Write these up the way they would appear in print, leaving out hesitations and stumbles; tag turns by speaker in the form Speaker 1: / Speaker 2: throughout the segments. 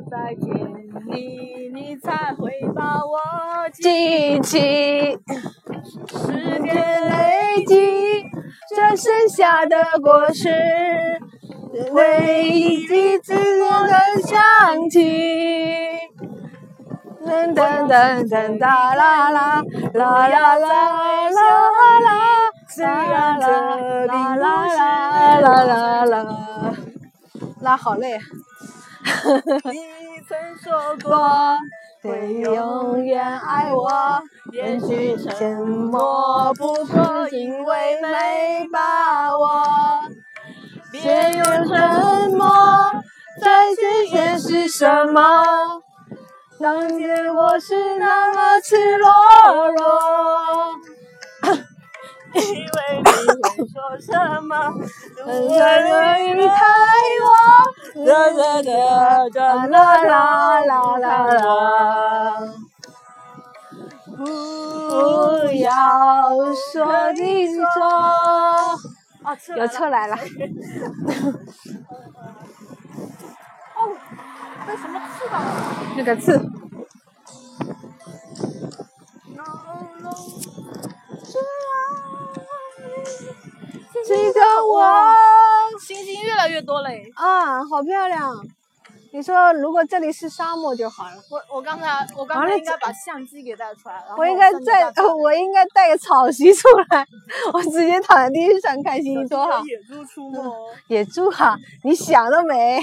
Speaker 1: 再见你，你才会把我记起。时间累积，这剩下的果实，回忆几次都能想起。噔噔噔噔哒啦啦啦啦啦啦啦，虽然这并不是啦啦啦啦，好累。你曾说过会永远爱我，也许沉默不过因为没把握。别用沉默再去掩饰什么，当结果是那么赤裸裸。以为你会说什么？我离开我，啦啦啦啦啦啦啦啦。不要说你说。有车来了。哦，被什么刺到了？那个刺。记得我，星星越来越多嘞。啊，好漂亮！你说如果这里是沙漠就好了。我刚才应该把相机给带出来了。我应该带个草席出来，我直接躺在地上看星星多好。野猪出没。野猪啊，你想都没。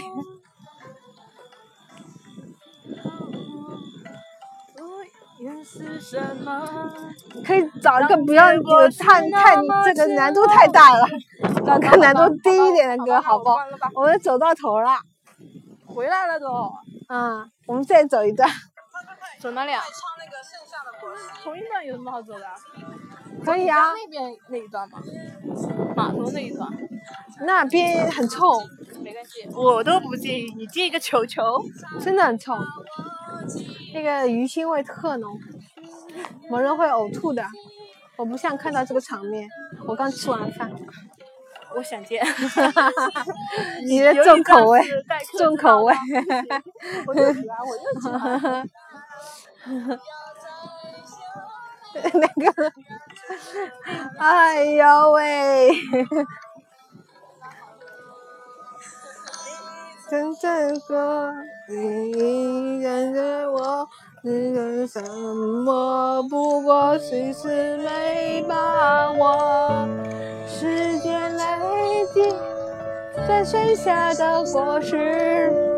Speaker 1: 是什么？可以找一个不要有太这个难度太大了，找个难度低一点的歌，好不好？我们走到头了，回来了都。啊，我们再走一段。走哪里啊？唱那个剩下的果实。同一段有什么好走的？可以啊。那边那一段吗？码头那一段。那边很臭。没关系，我都不介意，你介意个球球？真的很臭。那个鱼腥味特浓，某人会呕吐的。我不想看到这个场面。我刚吃完饭，我想见。你的重口味，重口味。我就喜欢。那个，哎呦喂！真正说你跟着我，只是什么？不过谁是没把握。时间累积，这剩下的果实。